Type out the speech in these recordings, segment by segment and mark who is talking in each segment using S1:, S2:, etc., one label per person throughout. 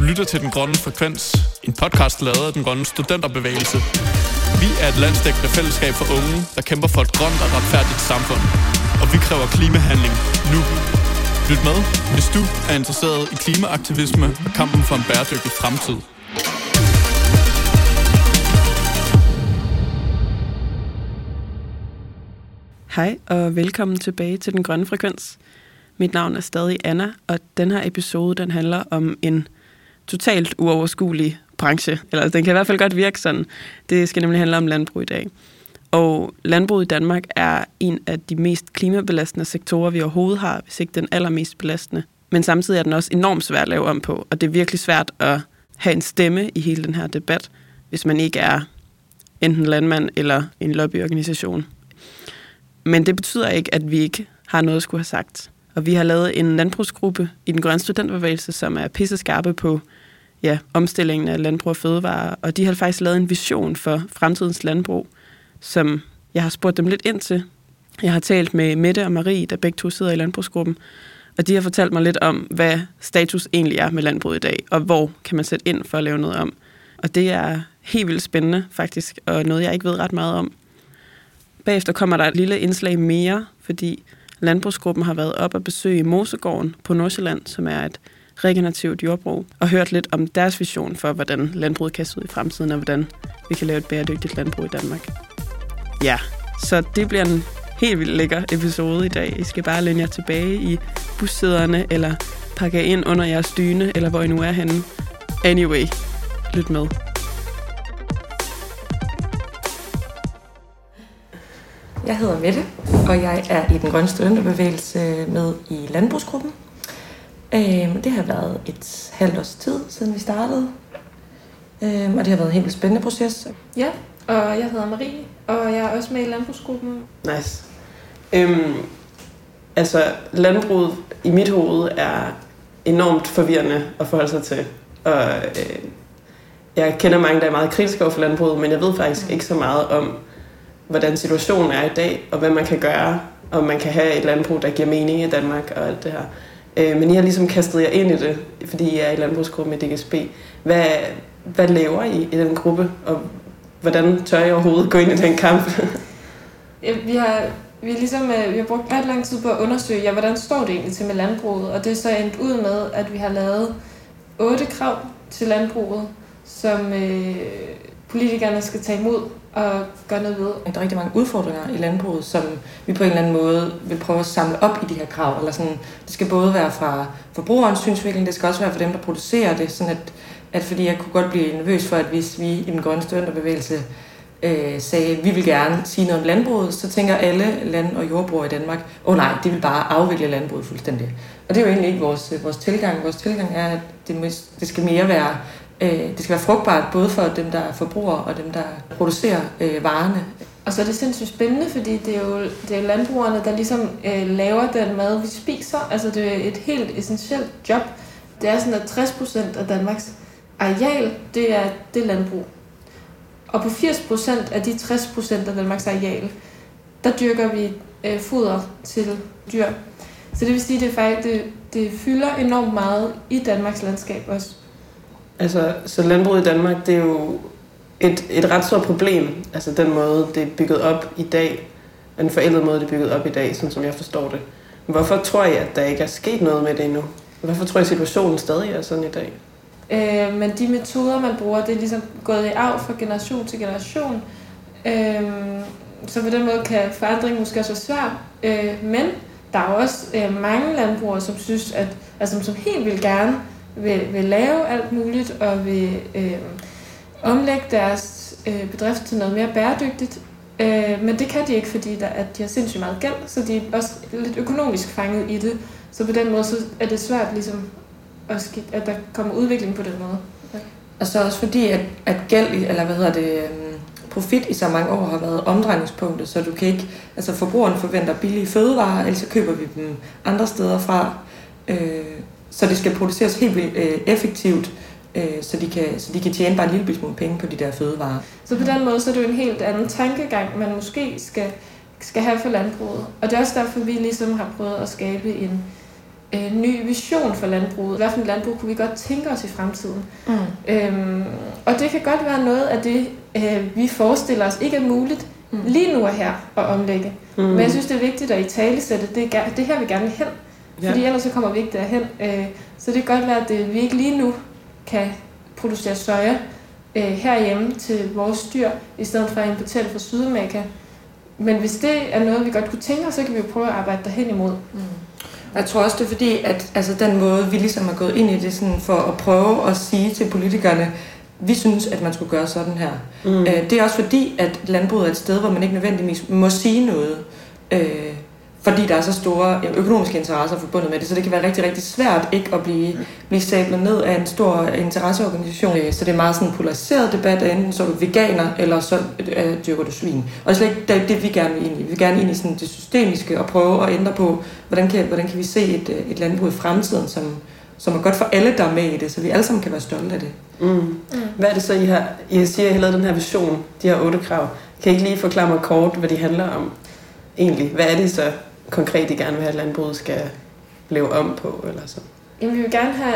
S1: lytter til Den Grønne Frekvens, en podcast lavet af Den Grønne Studenterbevægelse. Vi er et landsdækkende fællesskab for unge, der kæmper for et grønt og retfærdigt samfund. Og vi kræver klimahandling nu. Lyt med, hvis du er interesseret i klimaaktivisme og kampen for en bæredygtig fremtid.
S2: Hej og velkommen tilbage til Den Grønne Frekvens. Mit navn er stadig Anna, og den her episode den handler om en totalt uoverskuelig branche. Eller den kan i hvert fald godt virke sådan. Det skal nemlig handle om landbrug i dag. Og landbruget i Danmark er en af de mest klimabelastende sektorer, vi overhovedet har, hvis ikke den allermest belastende. Men samtidig er den også enormt svær at lave om på, og det er virkelig svært at have en stemme i hele den her debat, hvis man ikke er enten landmand eller en lobbyorganisation. Men det betyder ikke, at vi ikke har noget at skulle have sagt. Og vi har lavet en landbrugsgruppe i Den Grønne Studenterbevægelse, som er pisseskarpe på omstillingen af landbrug og fødevarer. Og de har faktisk lavet en vision for fremtidens landbrug, som jeg har spurgt dem lidt ind til. Jeg har talt med Mette og Marie, der begge to sidder i landbrugsgruppen. Og de har fortalt mig lidt om, hvad status egentlig er med landbruget i dag, og hvor kan man sætte ind for at lave noget om. Og det er helt vildt spændende faktisk, og noget jeg ikke ved ret meget om. Bagefter kommer der et lille indslag mere, fordi landbrugsgruppen har været op og besøge Mosegården på Nordsjælland, som er et regenerativt jordbrug, og hørt lidt om deres vision for, hvordan landbruget kan se ud i fremtiden, og hvordan vi kan lave et bæredygtigt landbrug i Danmark. Ja, så det bliver en helt vildt lækker episode i dag. I skal bare læne jer tilbage i bussæderne, eller pakke jer ind under jeres dyne, eller hvor I nu er henne. Anyway, lyt med.
S3: Jeg hedder Mette, og jeg er i Den Grønne Studenterbevægelse med i landbrugsgruppen. Det har været et halvt års tid, siden vi startede, og det har været en helt spændende proces.
S4: Ja, og jeg hedder Marie, og jeg er også med i landbrugsgruppen.
S2: Nice. Landbruget i mit hoved er enormt forvirrende at forholde sig til, og jeg kender mange, der er meget kritiske over for landbruget, men jeg ved faktisk ikke så meget om, hvordan situationen er i dag, og hvad man kan gøre, og man kan have et landbrug, der giver mening i Danmark og alt det her. Men I har ligesom kastet jer ind i det, fordi I er i landbrugsgruppen i DGSB. Hvad laver I i den gruppe, og hvordan tør I overhovedet gå ind i den kamp?
S4: Vi har brugt ret lang tid på at undersøge, hvordan står det egentlig til med landbruget, og det er så endt ud med, at vi har lavet 8 krav til landbruget, som politikerne skal tage imod og gøre noget ved.
S3: Der er rigtig mange udfordringer i landbruget, som vi på en eller anden måde vil prøve at samle op i de her krav. Eller sådan, det skal både være fra forbrugerens synsvinkel, det skal også være for dem, der producerer det. Sådan at fordi jeg kunne godt blive nervøs for, at hvis vi i Den Grønne Studenterbevægelse sagde, at vi vil gerne sige noget om landbruget, så tænker alle land- og jordbrugere i Danmark, nej, de vil bare afvikle landbruget fuldstændig. Og det er jo egentlig ikke vores tilgang. Vores tilgang er, at det skal mere være det skal være frugtbart, både for dem, der er forbrugere, og dem, der producerer varerne.
S4: Og så er det sindssygt spændende, fordi det er jo landbrugerne, der ligesom laver den mad, vi spiser. Altså det er et helt essentielt job. Det er sådan, at 60% af Danmarks areal, det er landbrug. Og på 80% af de 60% af Danmarks areal, der dyrker vi foder til dyr. Så det vil sige, at det faktisk det fylder enormt meget i Danmarks landskab også.
S2: Så landbruget i Danmark, det er jo et ret stort problem. Altså den måde, det er bygget op i dag, den forældede måde, det er bygget op i dag, sådan som jeg forstår det. Hvorfor tror jeg, at der ikke er sket noget med det endnu? Hvorfor tror jeg, at situationen stadig er sådan i dag?
S4: Men de metoder, man bruger, det er ligesom gået i arv fra generation til generation. Så på den måde kan forandring måske også være svær. Men der er også mange landbrugere, som synes, som helt vildt gerne vil lave alt muligt og vil omlægge deres bedrift til noget mere bæredygtigt. Men det kan de ikke, fordi at de har sindssygt meget gæld, så de er også lidt økonomisk fanget i det. Så på den måde så er det svært ligesom, at der kommer udvikling på den måde. Ja.
S3: Og så også fordi, at gæld, eller profit i så mange år har været omdrejningspunktet, så du kan ikke, forbrugerne forventer billige fødevarer, ellers så køber vi dem andre steder fra. Så det skal produceres helt vildt effektivt, så de kan tjene bare en lille smule penge på de der fødevarer.
S4: Så på den måde så er det jo en helt anden tankegang, man måske skal have for landbruget. Og det er også derfor, vi ligesom har prøvet at skabe ny vision for landbruget. Hvad for et landbrug kunne vi godt tænke os i fremtiden? Og det kan godt være noget af det, vi forestiller os ikke er muligt lige nu og her at omlægge. Men jeg synes, det er vigtigt at italesætte, det her vi gerne vil hen. Fordi ellers så kommer vi ikke derhen. Så det kan godt være, at vi ikke lige nu kan producere soja herhjemme til vores dyr, i stedet for at importere det fra Sydamerika. Men hvis det er noget, vi godt kunne tænke os, så kan vi jo prøve at arbejde derhen imod.
S3: Jeg tror også, det er fordi, at altså, den måde, vi ligesom er gået ind i det sådan, for at prøve at sige til politikerne, vi synes, at man skulle gøre sådan her. Det er også fordi, at landbruget er et sted, hvor man ikke nødvendigvis må sige noget. Fordi der er så store økonomiske interesser forbundet med det, så det kan være rigtig, rigtig svært ikke at blive sablet ned af en stor interesseorganisation. Så det er meget sådan en polariseret debat, enten så er du veganer, eller så dyrker du svin. Og det er slet ikke det, vi gerne vil ind i. Vi vil gerne ind i sådan det systemiske og prøve at ændre på, hvordan kan vi se et landbrug i fremtiden, som er godt for alle, der er med i det, så vi alle sammen kan være stolte af det.
S2: Hvad er det så, I siger, at I har lavet den her vision, de her 8 krav? Kan I ikke lige forklare mig kort, hvad de handler om egentlig? Hvad er det så konkret, I gerne vil have, at landbruget skal leve om på? Eller så?
S4: Jamen, vi vil gerne have,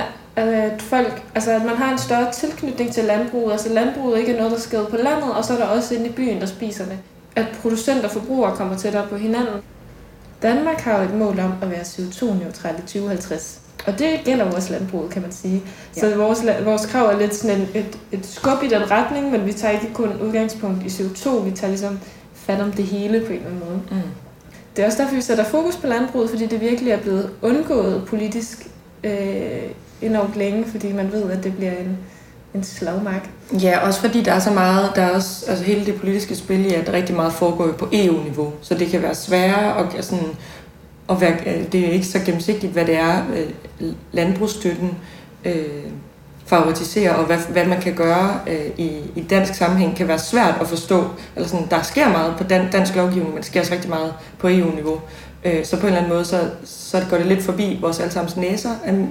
S4: at man har en større tilknytning til landbruget. Altså landbruget ikke er noget, der sker på landet, og så er der også inde i byen, der spiser det. At producenter og forbrugere kommer tættere på hinanden. Danmark har jo et mål om at være CO2-neutral i 2050. Og det gælder vores landbrug, kan man sige. Ja. Så vores krav er lidt sådan et skub i den retning, men vi tager ikke kun udgangspunkt i CO2, vi tager ligesom fat om det hele på en eller anden måde. Det er også derfor, vi sætter fokus på landbruget, fordi det virkelig er blevet undgået politisk enormt længe, fordi man ved, at det bliver en slagmark. Ja, også fordi der er så meget, der er også altså hele det politiske spil i, at rigtig meget foregår på EU-niveau, så det kan være sværere og det er ikke så gennemsigtigt, hvad det er, landbrugsstøtten favoritiserer, og hvad man kan gøre i dansk sammenhæng, kan være svært at forstå. Eller sådan, der sker meget på dansk lovgivning, men der sker også rigtig meget på EU-niveau. Så på en eller anden måde, så går det lidt forbi vores allesammens næser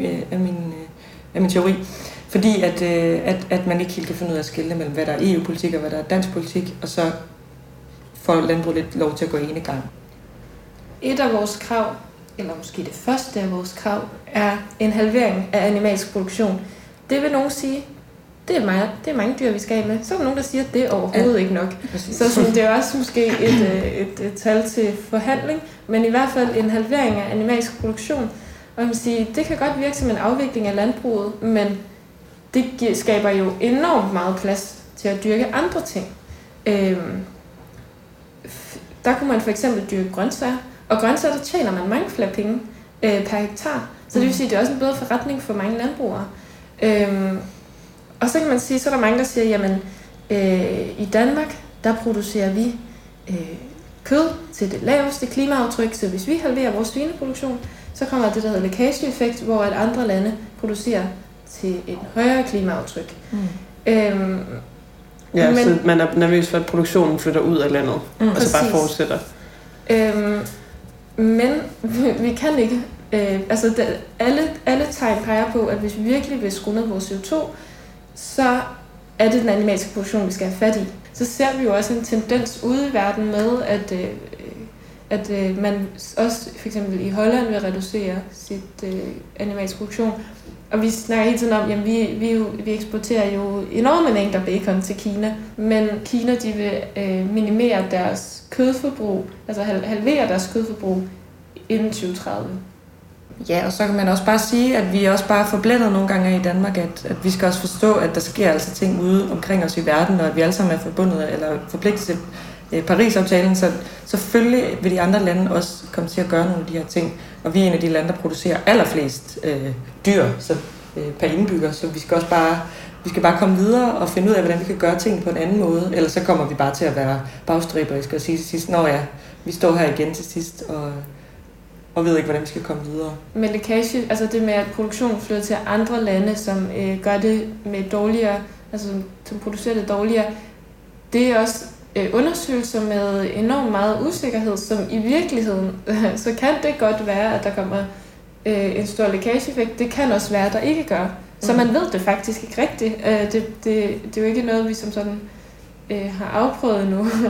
S4: af min teori. Fordi at man ikke helt kan finde ud af at skelne mellem, hvad der er EU-politik og hvad der er dansk politik, og så får landbruget lidt lov til at gå i ene gang. Et af vores krav, eller måske det første af vores krav, er en halvering af animalsk produktion. Det vil nogen sige, det er mange dyr, vi skal af med. Så er der nogen, der siger, at det er overhovedet ikke nok. Så sådan, det er også måske et tal til forhandling, men i hvert fald en halvering af animalsk produktion. Og man sige, det kan godt virke som en afvikling af landbruget, men det skaber jo enormt meget plads til at dyrke andre ting. Der kunne man for eksempel dyrke grøntsager, og grøntsager, der tjener man mange flere penge per hektar. Så det vil sige, at det er også en bedre forretning for mange landbrugere. Og så kan man sige, så er der mange, der siger, jamen i Danmark, der producerer vi kød til det laveste klimaaftryk, så hvis vi halverer vores svineproduktion, så kommer det, der hedder lækageeffekt, hvor at andre lande producerer til et højere klimaaftryk.
S2: Så man er nervøs for, at produktionen flytter ud af landet, og så bare fortsætter.
S4: Men vi kan ikke. Alle tegn peger på, at hvis vi virkelig vil skrue ned vores CO2, så er det den animalske produktion, vi skal have fat i. Så ser vi jo også en tendens ude i verden med, at man også for eksempel i Holland vil reducere sit animalsk produktion. Og vi snakker hele tiden om, at vi eksporterer jo enorme mængder bacon til Kina, men Kina de vil minimere deres kødforbrug, altså halvere deres kødforbrug inden 2030. Ja, og så kan man også bare sige, at vi er også bare forblændet nogle gange i Danmark, at vi skal også forstå, at der sker altså ting ude omkring os i verden, og at vi alle sammen er forbundet eller forpligtet til Paris-aftalen, så selvfølgelig vil de andre lande også komme til at gøre nogle af de her ting. Og vi er en af de lande, der producerer allerflest dyr per indbygger, så vi skal bare komme videre og finde ud af, hvordan vi kan gøre ting på en anden måde, ellers så kommer vi bare til at være bagstræberiske og sige til sidst, vi står her igen til sidst, og ved ikke, hvordan vi skal komme videre. Med lækage, altså det med, at produktionen flytter til andre lande, som gør det med dårligere, altså som producerer det dårligere, det er også undersøgelser med enormt meget usikkerhed, som i virkeligheden, så kan det godt være, at der kommer en stor lækageeffekt. Det kan også være, at der ikke gør. Så man ved det faktisk ikke rigtigt. Det er jo ikke noget, vi som sådan har afprøvet nu.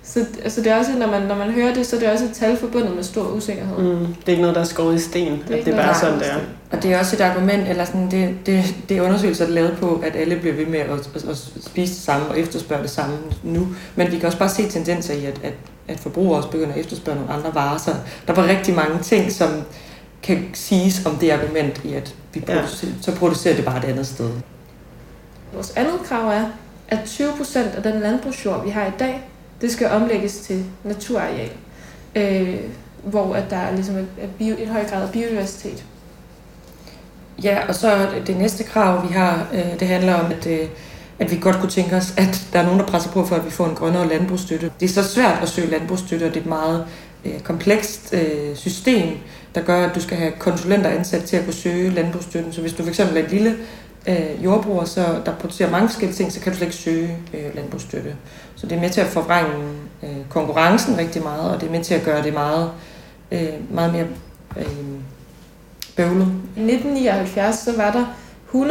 S4: Så det er også, når man hører det, så er det også et tal forbundet med stor usikkerhed.
S2: Det er ikke noget, der er skåret i sten, at det er bare sådan, det er.
S3: Og det er også et argument, eller sådan, det er undersøgelser, der er lavet på, at alle bliver ved med at spise det samme og efterspørge det samme nu. Men vi kan også bare se tendenser i, at forbrugere også begynder at efterspørge nogle andre varer. Så der var rigtig mange ting, som kan siges om det argument i, at vi så producerer det bare et andet sted.
S4: Vores andet krav er, at 20% af den landbrugsjord, vi har i dag, det skal omlægges til naturareal, hvor at der ligesom er et høj grad af biodiversitet.
S3: Ja, og så det næste krav, vi har, det handler om, at vi godt kunne tænke os, at der er nogen, der presser på for, at vi får en grønnere landbrugsstøtte. Det er så svært at søge landbrugsstøtte, og det er et meget komplekst system, der gør, at du skal have konsulenter ansat til at kunne søge landbrugsstøtten. Så hvis du fx er et lille jordbruger, der producerer mange forskellige ting, så kan du slet ikke søge landbrugsstøtte. Så det er med til at forvrænge konkurrencen rigtig meget, og det er med til at gøre det meget mere bøvlet.
S4: I 1979 så var der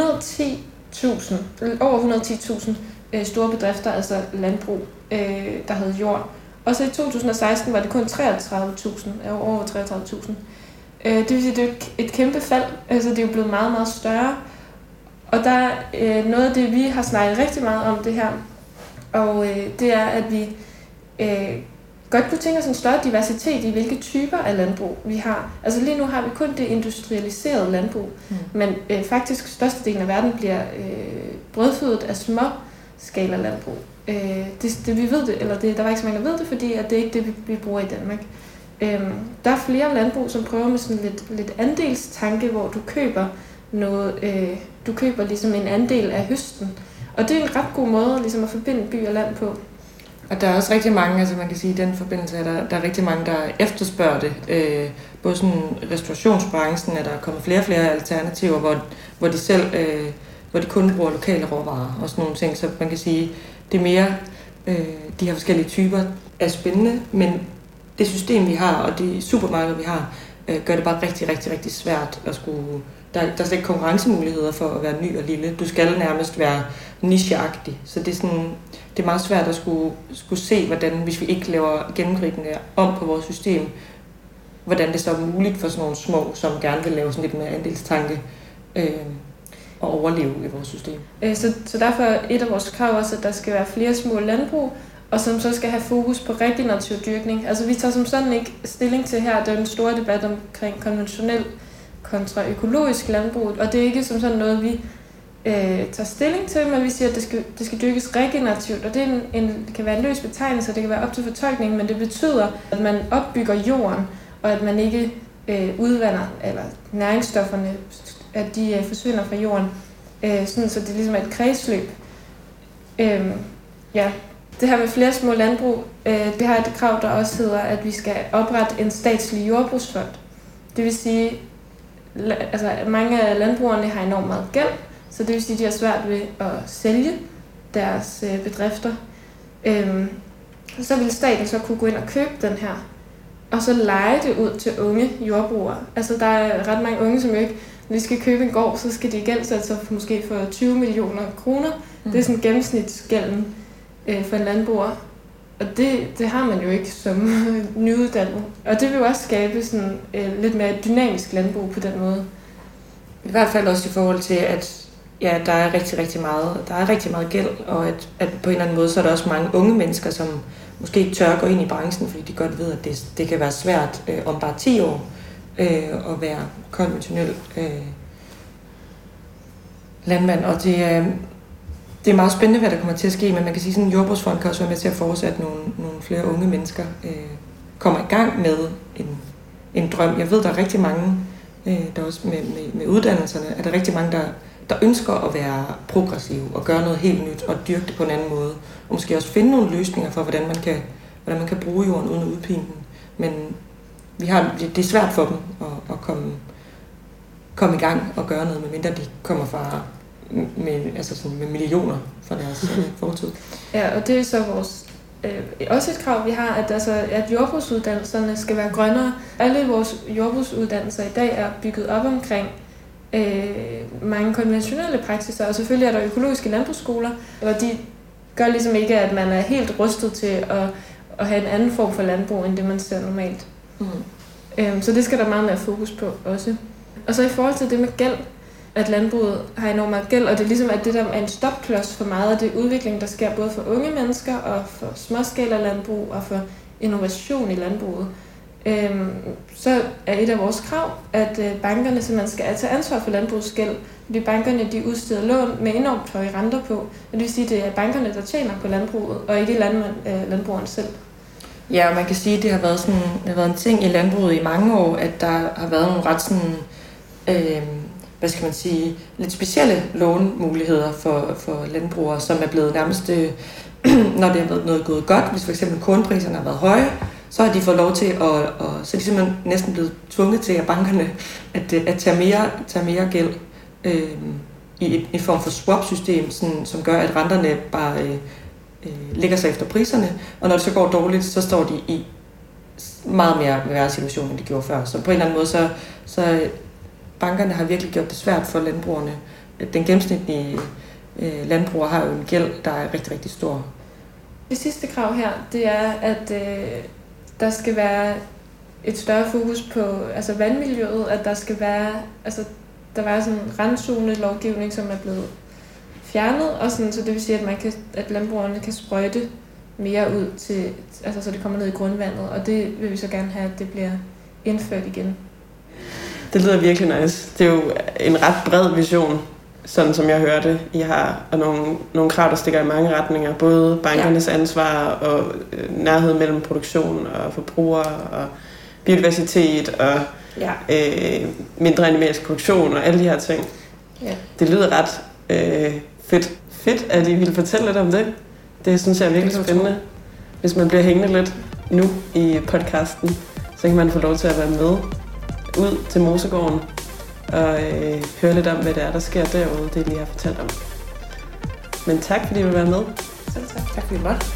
S4: over 110.000 store bedrifter, altså landbrug, der havde jord. Og så i 2016 var det kun 33.000, over 33.000. Det vil sige, det er et kæmpe fald, altså det er jo blevet meget, meget større. Og der er noget af det, vi har snakket rigtig meget om det her, og det er, at vi godt kunne tænke os en større diversitet i, hvilke typer af landbrug vi har. Altså lige nu har vi kun det industrialiserede landbrug, men faktisk størstedelen af verden bliver brødfødet af små skala landbrug. Vi ved det, eller der var ikke så mange, der ved det, fordi at det er ikke det, vi bruger i Danmark. Der er flere landbrug, som prøver med sådan lidt andelstanke, hvor du køber noget, du køber ligesom en andel af høsten. Og det er en ret god måde ligesom at forbinde by og land på.
S3: Og der er også rigtig mange, altså man kan sige, i den forbindelse, der er rigtig mange, der efterspørger det. Både sådan restaurationsbranchen, at der er kommet flere og flere alternativer, hvor de selv, hvor de kun bruger lokale råvarer og sådan nogle ting. Så man kan sige, det er mere, de her forskellige typer er spændende, men det system, vi har, og de supermarkeder, vi har, gør det bare rigtig, rigtig, rigtig svært at skulle. Der er slet ikke konkurrencemuligheder for at være ny og lille. Du skal nærmest være nicheagtig. Så det er meget svært at skulle se, hvordan, hvis vi ikke laver gennemgribende om på vores system, hvordan det så er muligt for sådan nogle små, som gerne vil lave sådan lidt mere andelstanke og overleve i vores system.
S4: Så derfor er et af vores krav også, at der skal være flere små landbrug, og som så skal have fokus på regenerativ dyrkning. Altså vi tager som sådan ikke stilling til her, der er en stor debat omkring konventionel kontra økologisk landbrug, og det er ikke som sådan noget, vi tager stilling til, men vi siger, at det skal dyrkes regenerativt, og det kan være en løs betegnelse, det kan være op til fortolkning, men det betyder, at man opbygger jorden, og at man ikke udvander, eller næringsstofferne, at de forsvinder fra jorden, sådan så det ligesom er et kredsløb. Det her med flere små landbrug, det har et krav, der også hedder, at vi skal oprette en statslig jordbrugsfond. Det vil sige, altså mange af landbrugerne har enormt meget gæld, så det vil sige, at de har svært ved at sælge deres bedrifter. Så vil staten så kunne gå ind og købe den her, og så leje det ud til unge jordbrugere. Altså der er ret mange unge, som jo ikke, når de skal købe en gård, så skal de gældsætte sig måske for 20 millioner kroner. Det er sådan gennemsnitsgælden for en landbruger. Og det har man jo ikke som nyuddannet. Og det vil jo også skabe sådan lidt mere dynamisk landbrug på den måde.
S3: I hvert fald også i forhold til, at ja, der er rigtig meget gæld, og at på en eller anden måde, så er der også mange unge mennesker, som måske ikke tør gå ind i branchen, fordi de godt ved, at det kan være svært om bare 10 år at være konventionel landmand. Og det er meget spændende, hvad der kommer til at ske, men man kan sige, at sådan en jordbrugsfond kan også være med til at forudsætte nogle flere unge mennesker kommer i gang med en drøm. Jeg ved, der er rigtig mange, der også med uddannelserne, er der rigtig mange, der ønsker at være progressive og gøre noget helt nyt og dyrke det på en anden måde. Og måske også finde nogle løsninger for, hvordan man kan bruge jorden uden at udpine den. Men det er svært for dem at komme i gang og gøre noget, medmindre de kommer fra med millioner fra deres fortid.
S4: Ja, og det er så også et krav, vi har, at jordbrugsuddannelserne skal være grønnere. Alle vores jordbrugsuddannelser i dag er bygget op omkring mange konventionelle praksiser, og selvfølgelig er der økologiske landbrugsskoler, og de gør ligesom ikke, at man er helt rustet til at have en anden form for landbrug, end det man ser normalt. Så det skal der meget mere fokus på også. Og så i forhold til det med gæld, at landbruget har enormt meget gæld, og det er ligesom, at det der er en stopklods for meget af det udvikling, der sker både for unge mennesker og for småskala landbrug og for innovation i landbruget. Så er et af vores krav, at bankerne simpelthen skal tage ansvar for landbrugsgæld, fordi bankerne de udsteder lån med enormt høje renter på. Det vil sige, at det er bankerne, der tjener på landbruget, og ikke landbrugeren selv.
S3: Ja, og man kan sige, at det har været en ting i landbruget i mange år, at der har været nogle ret sådan, hvad skal man sige, lidt specielle lånemuligheder for landbrugere, som er blevet nærmest, når det har været noget gået godt, hvis for eksempel kornpriserne har været høje, så har de fået lov til så er de simpelthen næsten blevet tvunget til, at bankerne at tage mere gæld i en form for swap-system, som gør, at renterne bare ligger sig efter priserne, og når det så går dårligt, så står de i meget mere værre situation, end de gjorde før. Så på en eller anden måde, så bankerne har virkelig gjort det svært for landbrugerne. Den gennemsnitlige landbruger har jo en gæld, der er rigtig, rigtig stor.
S4: Det sidste krav her, det er, at der skal være et større fokus på vandmiljøet, at der skal være, der var sådan en randzone-lovgivning, som er blevet fjernet, og sådan, så det vil sige, at landbrugerne kan sprøjte mere ud til, så det kommer ned i grundvandet, og det vil vi så gerne have, at det bliver indført igen.
S2: Det lyder virkelig nice. Det er jo en ret bred vision, sådan som jeg hørte. I har og nogle krav, der stikker i mange retninger. Både bankernes ansvar og nærhed mellem produktion og forbrugere og biodiversitet og mindre animalsk produktion og alle de her ting. Ja. Det lyder ret fedt, at I vil fortælle lidt om det. Det synes jeg er virkelig spændende. Hvis man bliver hængende lidt nu i podcasten, så kan man få lov til at være med ud til Mosegården og høre lidt om, hvad det er, der sker derude, det I lige har fortalt om. Men tak, fordi I vil være med.
S3: Selv tak. Tak, fordi I måtte.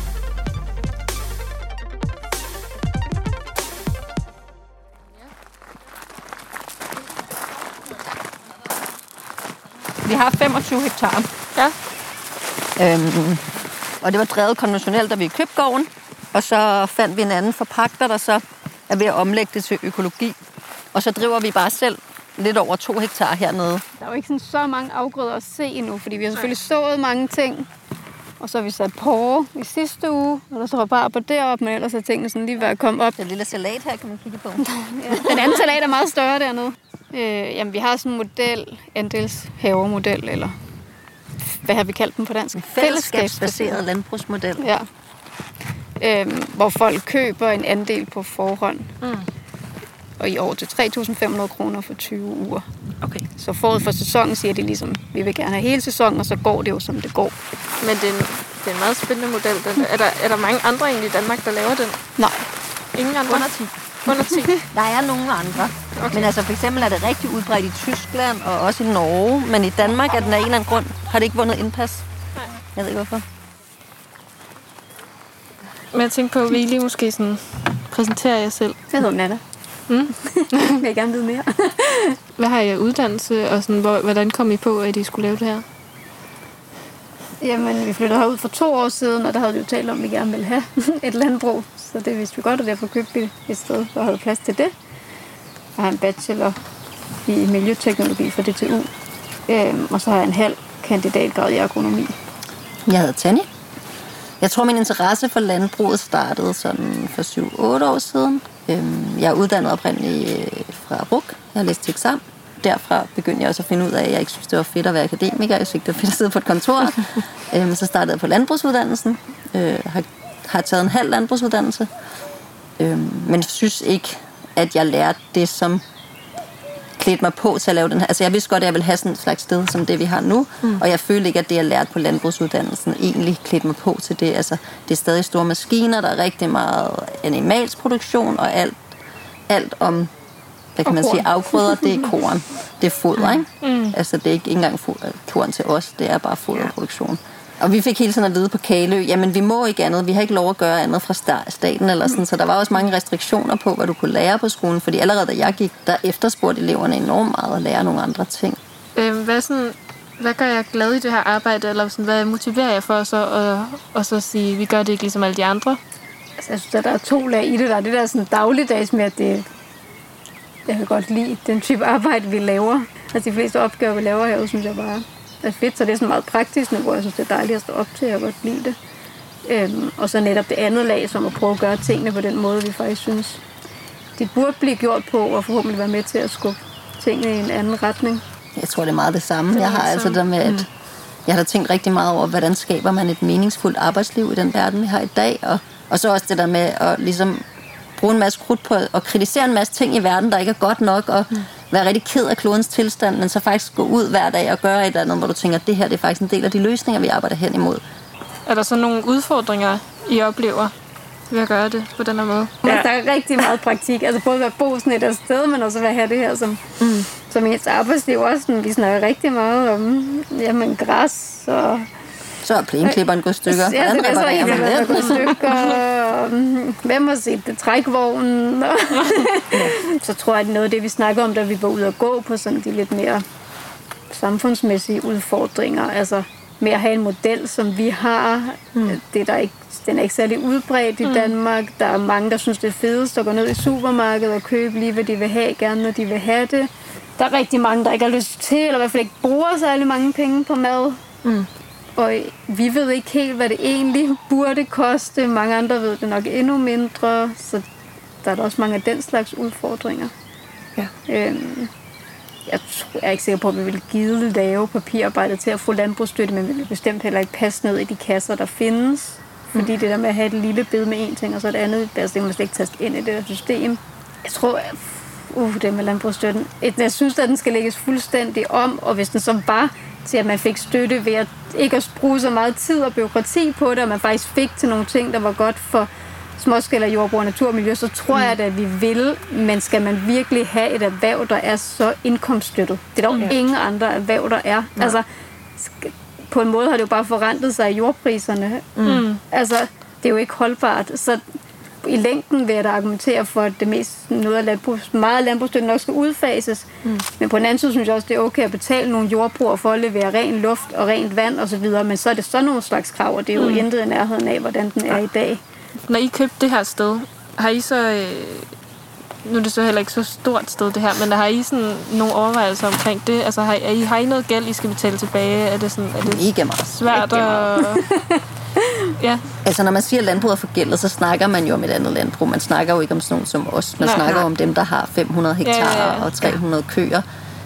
S5: Vi har 25 hektar.
S6: Ja.
S5: Og det var drevet konventionelt, da vi købte gården. Og så fandt vi en anden forpagter, der så er ved at omlægge det til økologi. Og så driver vi bare selv lidt over 2 hektar hernede.
S6: Der er jo ikke sådan så mange afgrøder at se endnu, fordi vi har selvfølgelig sået mange ting. Og så har vi sat porre i sidste uge, og der står rabarber deroppe, men ellers er tingene sådan lige ved at komme op.
S5: Den lille salat her kan man kigge på.
S6: Ja, den anden salat er meget større dernede. Jamen, vi har sådan en model, andelshavermodel, eller hvad har vi kaldt den på dansk?
S5: En fællesskabsbaseret landbrugsmodel.
S6: Ja. Hvor folk køber en andel på forhånd. Og i år til 3.500 kroner for 20 uger.
S5: Okay.
S6: Så forud for sæsonen siger de ligesom, vi vil gerne have hele sæsonen, og så går det jo, som det går.
S7: Men det er en meget spændende model. Er der mange andre egentlig i Danmark, der laver den?
S6: Nej.
S7: Ingen andre?
S5: Under 10. Der er nogle andre. Okay. Men for eksempel er det rigtig udbredt i Tyskland og også i Norge. Men i Danmark er den af en eller anden grund, har det ikke vundet indpas.
S7: Nej.
S5: Jeg ved ikke hvorfor.
S7: Men jeg tænker på, at vi lige måske sådan præsenterer jer selv.
S6: Jeg hedder Nana. Vil jeg gerne vide mere.
S7: Hvad har I uddannelse, og sådan, hvordan kom I på, at I skulle lave det her?
S6: Jamen, vi flyttede herud for 2 år siden, og der havde vi jo talt om, at vi gerne ville have et landbrug. Så det vidste vi godt, og derfor købte vi et sted, der havde plads til det. Jeg har en bachelor i miljøteknologi fra DTU, og så har jeg en halv kandidatgrad i agronomi.
S5: Jeg hedder Tanja. Jeg tror, min interesse for landbruget startede sådan for 7-8 år siden. Jeg er uddannet oprindeligt fra RUC. Jeg har læst til eksamen. Derfra begyndte jeg også at finde ud af, at jeg ikke synes, det var fedt at være akademiker. Jeg synes, det var fedt at sidde på et kontor. Så startede jeg på landbrugsuddannelsen. Har taget en halv landbrugsuddannelse. Men synes ikke, at jeg lærte det, som klædte mig på til at lave den her. Altså jeg vidste godt, at jeg ville have sådan et slags sted, som det vi har nu. Og jeg følte ikke, at det, jeg lærte på landbrugsuddannelsen, egentlig klædte mig på til det. Altså det er stadig store maskiner, der er rigtig meget animalsk produktion, og alt om, hvad kan man sige, afgrøder, det er korn. Det er foder, ikke? Altså det er ikke engang korn til os, det er bare foderproduktion. Og vi fik hele tiden at vide på Kalø, jamen vi må ikke andet, vi har ikke lov at gøre andet fra staten eller sådan, så der var også mange restriktioner på, hvad du kunne lære på skolen, fordi allerede da jeg gik, der efterspurgte eleverne enormt meget at lære nogle andre ting.
S7: Hvad gør jeg glad i det her arbejde, eller sådan, hvad motiverer jeg for så at sige, vi gør det ikke ligesom alle de andre?
S6: Altså, jeg synes, at der er 2 lag i det. Der er det der sådan dagligdags med, at jeg kan godt lide den type arbejde, vi laver. Altså, de fleste opgaver, vi laver herude, synes jeg bare er fedt. Så det er sådan meget praktisk, hvor jeg synes, det er dejligt at stå op til, og godt lide det. Og så netop det andet lag, som at prøve at gøre tingene på den måde, vi faktisk synes, det burde blive gjort på, og forhåbentlig være med til at skubbe tingene i en anden retning. Jeg tror, det er meget det samme. Jeg har altså der med, at jeg har tænkt rigtig meget over, hvordan skaber man et meningsfuldt arbejdsliv i den verden, vi har i dag, og så også det der med at ligesom bruge en masse krudt på at kritisere en masse ting i verden, der ikke er godt nok, og være rigtig ked af klodens tilstand, men så faktisk gå ud hver dag og gøre et eller andet, hvor du tænker, at det her det er faktisk en del af de løsninger, vi arbejder hen imod.
S7: Er der så nogle udfordringer, I oplever ved at gøre det på den her måde?
S6: Ja. Der er rigtig meget praktik. Altså både at bo sådan et sted, men også at have det her som ens arbejdsliv også. Vi snakker rigtig meget om græs og...
S5: Så er plæneklipperen gået stykker.
S6: Ja, det er så ikke, at gået stykker. Hvem har set det? Trækvognen. Så tror jeg, at noget af det, vi snakker om, da vi var ude at gå på sådan de lidt mere samfundsmæssige udfordringer, altså med at have en model, som vi har. Det er der ikke, den er ikke særlig udbredt i Danmark. Der er mange, der synes, det er fedest at gå ned i supermarkedet og købe lige, hvad de vil have, gerne når de vil have det. Der er rigtig mange, der ikke har lyst til, eller i hvert fald ikke bruger særlig mange penge på mad. Og vi ved ikke helt, hvad det egentlig burde koste. Mange andre ved det nok endnu mindre, så der er der også mange af den slags udfordringer.
S3: Ja.
S6: Jeg er ikke sikker på, at vi vil give lave papirarbejde til at få landbrugsstøtte, men vi vil bestemt heller ikke passe ned i de kasser, der findes. Fordi det der med at have et lille bid med en ting, og så et andet, altså det må slet ikke tages ind i det der system. Jeg tror, det med landbrugsstøtten, jeg synes, at den skal lægges fuldstændig om, og hvis den så var til, at man fik støtte ved at ikke at bruge så meget tid og bureaukrati på det, og man faktisk fik til nogle ting, der var godt for småskala, jordbrug, natur og miljø, så tror jeg, at vi vil, men skal man virkelig have et erhverv, der er så indkomststøttet? Det er dog ingen andre erhverv, der er. Ja. Altså, på en måde har det jo bare forrentet sig i jordpriserne. Altså, det er jo ikke holdbart. Så i længden vil jeg da argumentere for, at det mest noget af meget landbrugsstøtten nok skal udfases. Men på den anden side synes jeg også, det er okay at betale nogle jordbrugere for at levere ren luft og rent vand osv., men så er det sådan nogle slags krav, og det er jo intet i nærheden af, hvordan den er i dag.
S7: Når I købte det her sted, har I så... Nu er det så heller ikke så stort sted, det her, men har I sådan nogle overvejelser omkring det? Altså, har I noget gæld, I skal betale tilbage? Er det
S5: ikke meget
S7: svært at... Ja.
S5: Altså, når man siger landbrug er forgældet, så snakker man jo om et andet landbrug. Man snakker jo ikke om sådan nogen som os. Man snakker om dem, der har 500 hektar og 300 køer.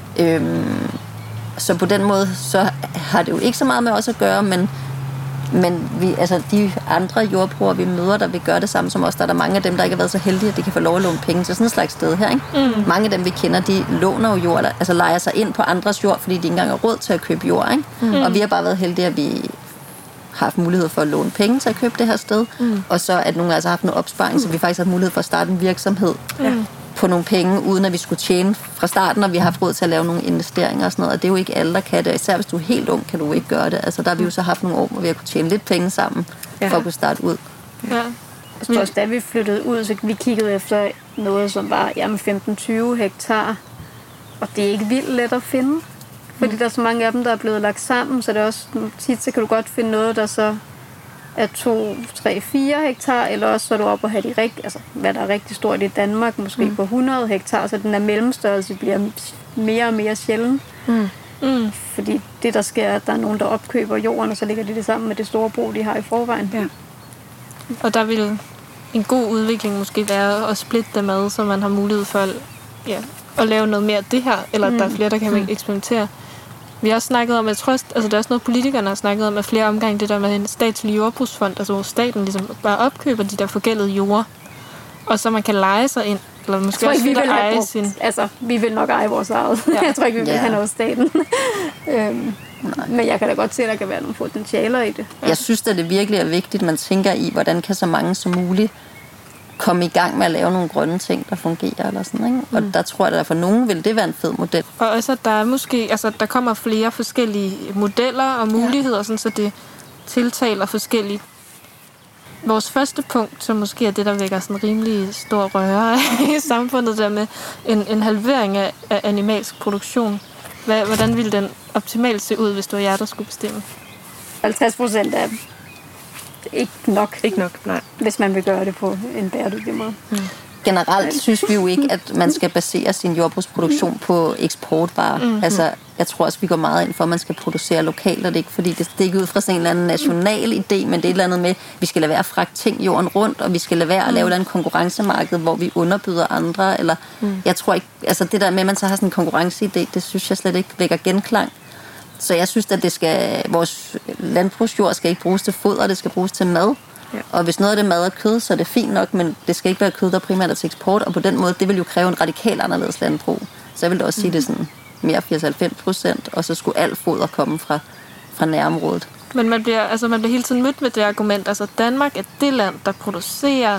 S5: Så på den måde, så har det jo ikke så meget med os at gøre, men vi, altså de andre jordbrugere, vi møder, der vil gøre det samme som os, der er der mange af dem, der ikke har været så heldige, at de kan få lov at låne penge til sådan et slags sted her, ikke? Mange af dem, vi kender, de låner jo jord, altså lejer sig ind på andres jord, fordi de ikke engang har råd til at købe jord, ikke? Og vi har bare været heldige, at vi har haft mulighed for at låne penge til at købe det her sted, og så at nogle altså har haft noget opsparing, så vi faktisk har mulighed for at starte en virksomhed på nogle penge, uden at vi skulle tjene fra starten, og vi har haft råd til at lave nogle investeringer og sådan noget, og det er jo ikke alle, der kan det. Især hvis du er helt ung, kan du ikke gøre det. Altså, der har vi jo så haft nogle år, hvor vi har kunne tjene lidt penge sammen, for at kunne starte ud.
S6: Ja. Så også da vi flyttede ud, så vi kiggede efter noget, som var 15-20 hektar, og det er ikke vildt let at finde, fordi der er så mange af dem, der er blevet lagt sammen, så det er også tit, så kan du godt finde noget, der så er 2, 3, 4 hektar, eller også så er du oppe og have altså, hvad der er rigtig stort i Danmark, måske på 100 hektar, så den der mellemstørrelse bliver mere og mere sjælden. Fordi det, der sker, at der er nogen, der opkøber jorden, og så ligger det sammen med det store brug, de har i forvejen. Ja.
S7: Og der vil en god udvikling måske være at splitte dem ad, så man har mulighed for at lave noget mere af det her, eller at der er flere, der kan eksperimentere. Vi har også snakket om, jeg tror, altså det er også noget, politikerne har snakket om, at flere omgange det der med en statslig jordbrugsfond, altså hvor staten ligesom bare opkøber de der forgældede jorder, og så man kan leje sig ind, eller måske også
S6: ikke, eje sin... Altså, vi vil nok eje vores eget. Ja. Jeg tror ikke, vi vil have noget staten. Men jeg kan da godt se, at der kan være nogle potentialer i det.
S5: Jeg synes, at det virkelig er vigtigt, at man tænker i, hvordan kan så mange som muligt komme i gang med at lave nogle grønne ting, der fungerer eller sådan, ikke? Og der tror jeg, at for nogen vil det være en fed model.
S7: Og også, at der er måske, altså der kommer flere forskellige modeller og muligheder, sådan, så det tiltaler forskelligt. Vores første punkt, som måske er det, der vækker sådan rimelig stor røre i samfundet, der med en halvering af animalsk produktion. Hvordan ville den optimalt se ud, hvis det var jer, der skulle bestemme?
S6: 50% ikke nok.
S3: Ikke nok, nej.
S6: Hvis man vil gøre det på en bæredygtig måde.
S5: Generelt synes vi jo ikke, at man skal basere sin jordbrugsproduktion på eksportvarer. Altså, jeg tror også, vi går meget ind for, at man skal producere lokalt, og det er ikke fordi, det er ikke ud fra sådan en eller anden national idé, men det er et eller andet med, at vi skal lade være at fragte ting jorden rundt, og vi skal lade være at lave en konkurrencemarked, hvor vi underbyder andre, eller jeg tror ikke, altså det der med, at man så har sådan en konkurrenceidé, det synes jeg slet ikke vækker genklang. Så jeg synes, at vores landbrugsjord skal ikke bruges til foder, det skal bruges til mad. Ja. Og hvis noget af det mad er kød, så er det fint nok, men det skal ikke være kød, der primært er til eksport, og på den måde, det vil jo kræve en radikal anderledes landbrug. Så jeg vil da også sige, det sådan mere 80-90%, og så skulle alt foder komme fra nærområdet.
S7: Men man bliver hele tiden mødt med det argument, altså Danmark er det land, der producerer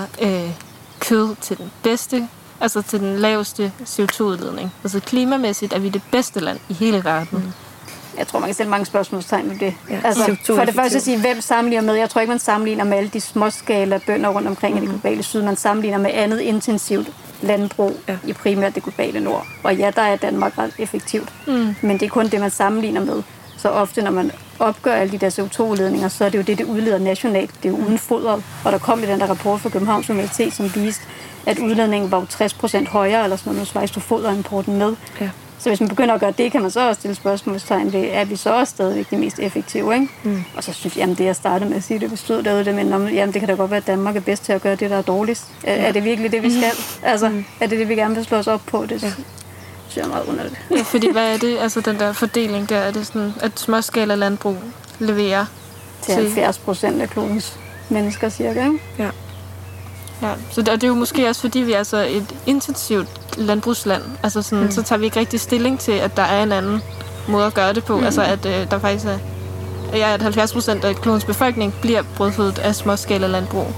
S7: kød til den bedste, altså til den laveste CO2-udledning. Altså klimamæssigt er vi det bedste land i hele verden.
S6: Jeg tror, man kan stille mange spørgsmålstegn med det. Ja, altså, for det første at sige, hvem sammenligner med? Jeg tror ikke, man sammenligner med alle de småskala bønder rundt omkring i det globale syd. Man sammenligner med andet intensivt landbrug i primært det globale nord. Og ja, der er Danmark ret effektivt. Men det er kun det, man sammenligner med. Så ofte, når man opgør alle de der CO2-udledninger, så er det jo det udleder nationalt. Det er jo uden foder. Og der kom i den der rapport fra Københavns Universitet, som viste, at udledningen var 60% højere, eller sådan noget, hvis du foderimporten med. Ja. Så hvis man begynder at gøre det, kan man så også stille spørgsmålstegn ved, er vi så også stadigvæk det mest effektive, ikke? Og så synes jeg, det jeg startede med at sige, det bestod derude, men jamen, det kan da godt være, at Danmark er bedst til at gøre det, der er dårligst. Er det virkelig det, vi skal? Altså, er det, vi gerne vil slå os op på? Det synes jeg er meget underligt.
S7: Ja, fordi hvad er det, altså den der fordeling der, er det sådan, at småskala landbrug leverer
S6: til 70% af klodens mennesker cirka, ikke?
S7: Ja. Ja, så det er jo måske også, fordi vi er så et intensivt landbrugsland. Altså sådan, så tager vi ikke rigtig stilling til, at der er en anden måde at gøre det på. Altså at der faktisk er, at 70% af klodens befolkning bliver brødfødt af småskala landbrug.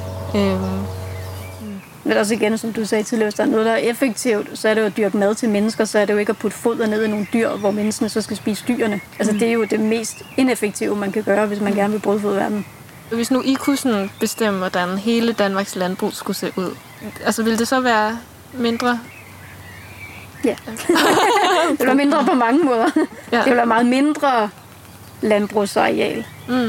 S6: Men også igen, som du sagde tidligere, hvis der er noget, der er effektivt, så er det jo at dyrke mad til mennesker, så er det jo ikke at putte foder ned i nogle dyr, hvor menneskene så skal spise dyrene. Altså det er jo det mest ineffektive, man kan gøre, hvis man gerne vil brødføde verden.
S7: Hvis nu I kunne sådan bestemme, hvordan hele Danmarks landbrug skulle se ud, altså ville det så være mindre?
S6: Ja. Det var mindre på mange måder. Ja. Det ville være meget mindre landbrugsareal.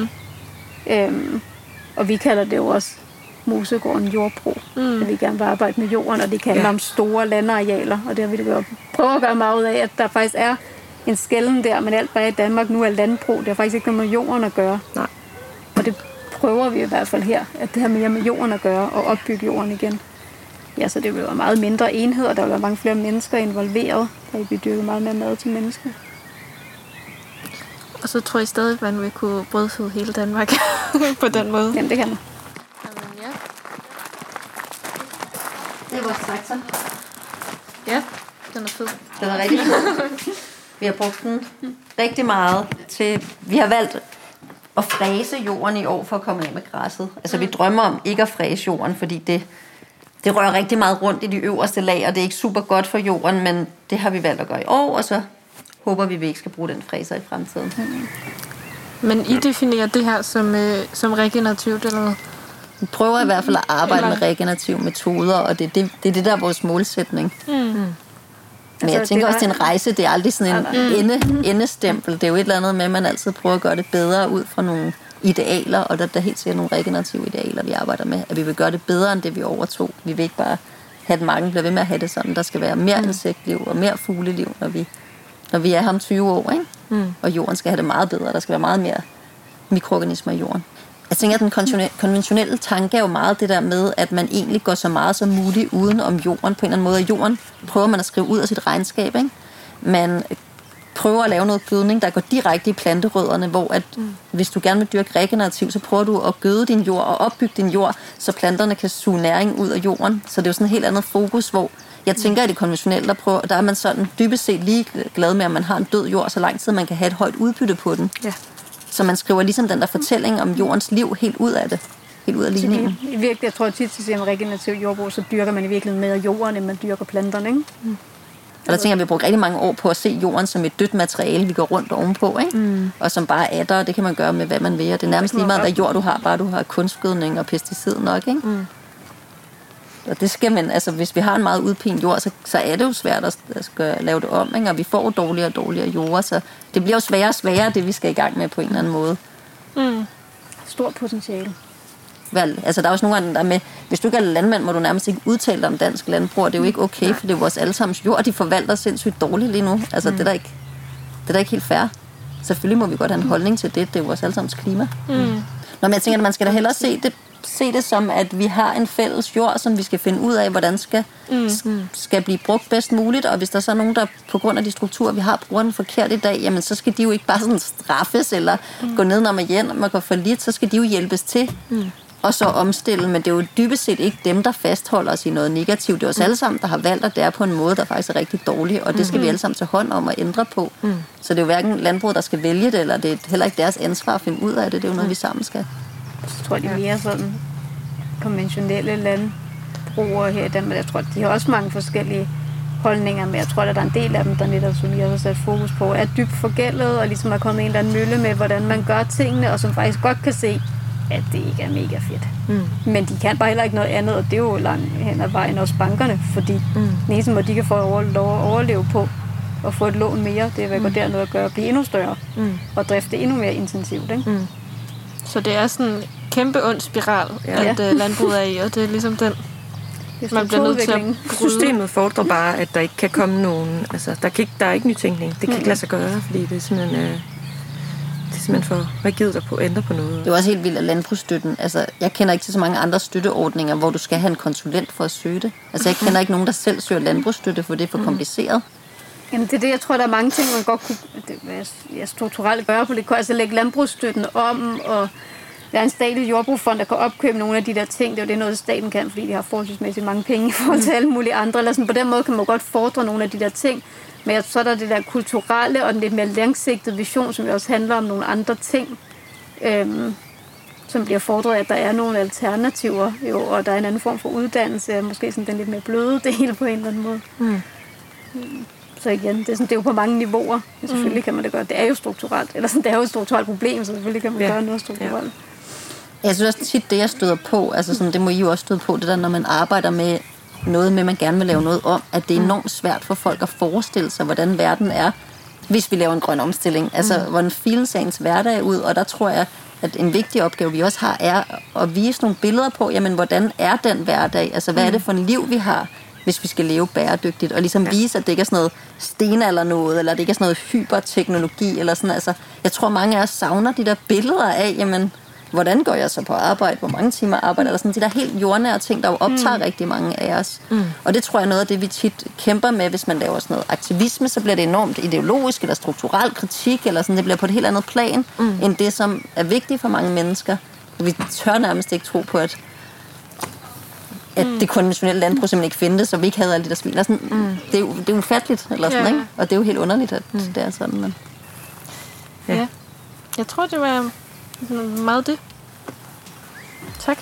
S6: Og vi kalder det jo også Mosegården jordbrug. At vi gerne vil arbejde med jorden, og det handler om store landarealer. Og det har vi prøve at gøre meget ud af, at der faktisk er en skelnen der, men alt, hvad i Danmark nu er landbrug. Det har faktisk ikke noget med jorden at gøre. Nej. Og det prøver vi i hvert fald her, at det har mere med jorden at gøre, og opbygge jorden igen. Ja, så det vil være meget mindre enheder, der vil være mange flere mennesker involveret, og vi dyrker meget mere mad til mennesker.
S7: Og så tror jeg stadig, at man vil kunne brødføde hele Danmark på den måde.
S6: Jamen, det kan man.
S7: Jamen, ja.
S5: Det er vores traktor.
S7: Ja, den er fed.
S5: Den er rigtig fed. Vi har brugt den rigtig meget til... Vi har valgt at fræse jorden i år for at komme af med græsset. Altså, vi drømmer om ikke at fræse jorden, fordi det rører rigtig meget rundt i de øverste lag, og det er ikke super godt for jorden, men det har vi valgt at gøre i år, og så håber vi ikke skal bruge den fræser i fremtiden.
S7: Men I definerer det her som regenerativt, eller hvad?
S5: Vi prøver i hvert fald at arbejde med regenerative metoder, og det er det, der er vores målsætning. Men jeg tænker også, det er en rejse, det er aldrig sådan en endestempel. Det er jo et eller andet med, at man altid prøver at gøre det bedre ud fra nogle idealer, og der er helt sikkert nogle regenerative idealer, vi arbejder med. At vi vil gøre det bedre, end det vi overtog. Vi vil ikke bare have, at mange bliver ved med at have det sådan. Der skal være mere insektliv og mere fugleliv, når vi er her om 20 år, ikke? Og jorden skal have det meget bedre. Der skal være meget mere mikroorganismer i jorden. Jeg tænker, at den konventionelle tanke er jo meget det der med, at man egentlig går så meget som muligt uden om jorden. På en eller anden måde, jorden prøver man at skrive ud af sit regnskab, ikke? Man prøver at lave noget gødning, der går direkte i planterødderne, hvor at, hvis du gerne vil dyrke regenerativt, så prøver du at gøde din jord og opbygge din jord, så planterne kan suge næring ud af jorden. Så det er jo sådan et helt andet fokus, hvor jeg tænker, at det konventionelle, der er man sådan dybest set lige glad med, at man har en død jord, så lang tid man kan have et højt udbytte på den. Ja. Så man skriver ligesom den der fortælling om jordens liv helt ud af det. Helt ud af ligningen.
S6: I virkelig, jeg tror tit, at siger med regenerativt jordbrug, så dyrker man i virkeligheden mere jorden, end man dyrker planterne, ikke?
S5: Og der tænker jeg, at vi har brugt rigtig mange år på at se jorden som et dødt materiale, vi går rundt ovenpå, ikke? Og som bare er der, og det kan man gøre med, hvad man vil. Og det er nærmest lige meget, hvad jord du har, bare du har kunstgødning og pesticid nok, ikke? Og det skal man, altså hvis vi har en meget udpint jord, så er det jo svært at lave det om, ikke? Og vi får dårligere og dårligere jord, så det bliver jo sværere og sværere, det vi skal i gang med på en eller anden måde.
S6: Stort potentiale.
S5: være... Altså, der er også nogle gange, der med... Hvis du ikke er landmand, må du nærmest ikke udtale dig om dansk landbrug, og det er jo ikke okay, for det er vores allesammens jord, de forvalter sindssygt dårligt lige nu. Altså, det er da ikke helt fair. Selvfølgelig må vi godt have en holdning til det. Det er jo vores allesammens klima. Nå, men jeg tænker, at man skal da hellere se det som, at vi har en fælles jord, som vi skal finde ud af, hvordan skal blive brugt bedst muligt, og hvis der så er nogen, der på grund af de strukturer, vi har, bruger den forkert i dag, jamen så skal de jo ikke bare sådan straffes, eller gå ned når man hjem og gå for lidt, så skal de jo hjælpes til, og så omstille, men det er jo dybest set ikke dem, der fastholder os i noget negativt. Det er os alle sammen, der har valgt, at det er på en måde, der faktisk er rigtig dårlig, og det skal vi alle sammen tage hånd om og ændre på. Så det er jo hverken landbruget, der skal vælge det, eller det er heller ikke deres ansvar at finde ud af det. Det er jo noget, vi sammen skal.
S6: Så tror jeg, de er mere sådan konventionelle landbrugere her i Danmark. Jeg tror, de har også mange forskellige holdninger, men jeg tror, at der er en del af dem, der netop, som jeg har sat fokus på, er dybt forgældet, og ligesom er kommet en eller anden mølle med, hvordan man gør tingene, og som faktisk godt kan se, at det ikke er mega fedt. Men de kan bare heller ikke noget andet, og det er jo langt hen ad vejen også bankerne, fordi den eneste måde, de kan få lov at overleve på, og få et lån mere, det er at gå derned og gøre, blive endnu større, og drifte endnu mere intensivt. Ikke?
S7: Så det er sådan en kæmpe ond spiral, at landbruget er i, og det er ligesom den, man bliver nødt til at bryde.
S3: Systemet fordrer bare, at der ikke kan komme nogen... Altså, der er ikke nytænkning. Det kan ikke lade sig gøre, fordi det er simpelthen for rigidt at ændre på noget.
S5: Det er også helt vildt, at landbrugsstøtten... Altså, jeg kender ikke til så mange andre støtteordninger, hvor du skal have en konsulent for at søge det. Altså, jeg kender ikke nogen, der selv søger landbrugsstøtte, for det er for kompliceret.
S6: Jamen, det er det, jeg tror, der er mange ting, man godt kunne strukturelt gøre på det. Altså, lægge landbrugsstøtten om, og der er en statlig jordbrugsfond, der kan opkøbe nogle af de der ting. Det er jo det noget, staten kan, fordi de har forholdsmæssigt mange penge i forhold til alle mulige andre. Eller sådan, på den måde kan man godt fordre nogle af de der ting. Men så er der det der kulturelle og den lidt mere langsigtede vision, som jo også handler om nogle andre ting, som bliver fordret, at der er nogle alternativer, jo, og der er en anden form for uddannelse, måske sådan den lidt mere bløde del på en eller anden måde. Så igen, det er jo på mange niveauer. Men selvfølgelig kan man det gøre. Det er jo strukturelt. Eller sådan, det er jo et strukturelt problem, så selvfølgelig kan man gøre noget strukturelt.
S5: Jeg synes også tit, det jeg støder på, altså sådan, det må I jo også støde på, det der, når man arbejder med noget med, man gerne vil lave noget om, at det er enormt svært for folk at forestille sig, hvordan verden er, hvis vi laver en grøn omstilling. Altså, hvordan filmsagens hverdag er ud, og der tror jeg, at en vigtig opgave, vi også har, er at vise nogle billeder på, jamen, hvordan er den hverdag? Altså, hvad er det for en liv, vi har, hvis vi skal leve bæredygtigt, og ligesom vise, at det ikke er sådan noget stenalder noget, eller det ikke er sådan noget hyperteknologi, eller sådan, altså, jeg tror, mange af os savner de der billeder af, jamen, hvordan går jeg så på arbejde, hvor mange timer arbejder, eller sådan de der helt jordnære ting, der jo optager rigtig mange af os. Og det tror jeg er noget af det, vi tit kæmper med, hvis man laver sådan noget aktivisme, så bliver det enormt ideologisk, eller strukturel kritik, eller sådan, det bliver på et helt andet plan, end det, som er vigtigt for mange mennesker. Vi tør nærmest ikke tro på, at det konventionelle landbrug simpelthen ikke findes, så vi ikke havde alle de der svin. Det er jo ufatteligt, eller sådan, ikke? Og det er jo helt underligt, at det er sådan. Men...
S7: Ja. Jeg tror, det var meget det. Tak.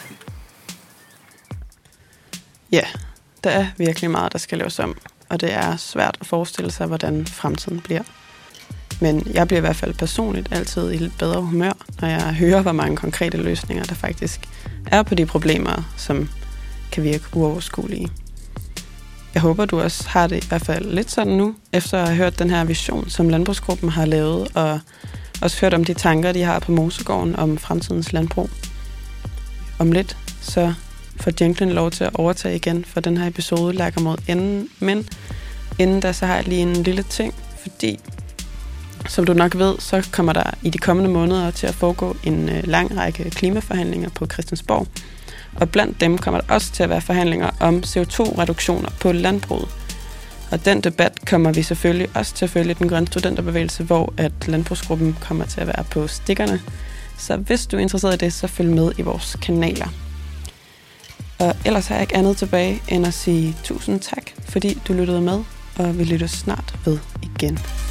S2: Ja, der er virkelig meget, der skal laves om, og det er svært at forestille sig, hvordan fremtiden bliver. Men jeg bliver i hvert fald personligt altid i lidt bedre humør, når jeg hører, hvor mange konkrete løsninger, der faktisk er på de problemer, som kan virke uoverskuelige. Jeg håber, du også har det i hvert fald lidt sådan nu, efter at have hørt den her vision, som landbrugsgruppen har lavet, og også hørt om de tanker, de har på Mosegården om fremtidens landbrug. Om lidt, så får jinglen lov til at overtage igen, for den her episode lægger mod enden. Men inden da, så har jeg lige en lille ting, fordi som du nok ved, så kommer der i de kommende måneder til at foregå en lang række klimaforhandlinger på Christiansborg. Og blandt dem kommer der også til at være forhandlinger om CO2-reduktioner på landbruget. Og den debat kommer vi selvfølgelig også til at følge i den grønne studenterbevægelse, hvor at landbrugsgruppen kommer til at være på stikkerne. Så hvis du er interesseret i det, så følg med i vores kanaler. Og ellers har jeg ikke andet tilbage end at sige tusind tak, fordi du lyttede med, og vi lytter snart ved igen.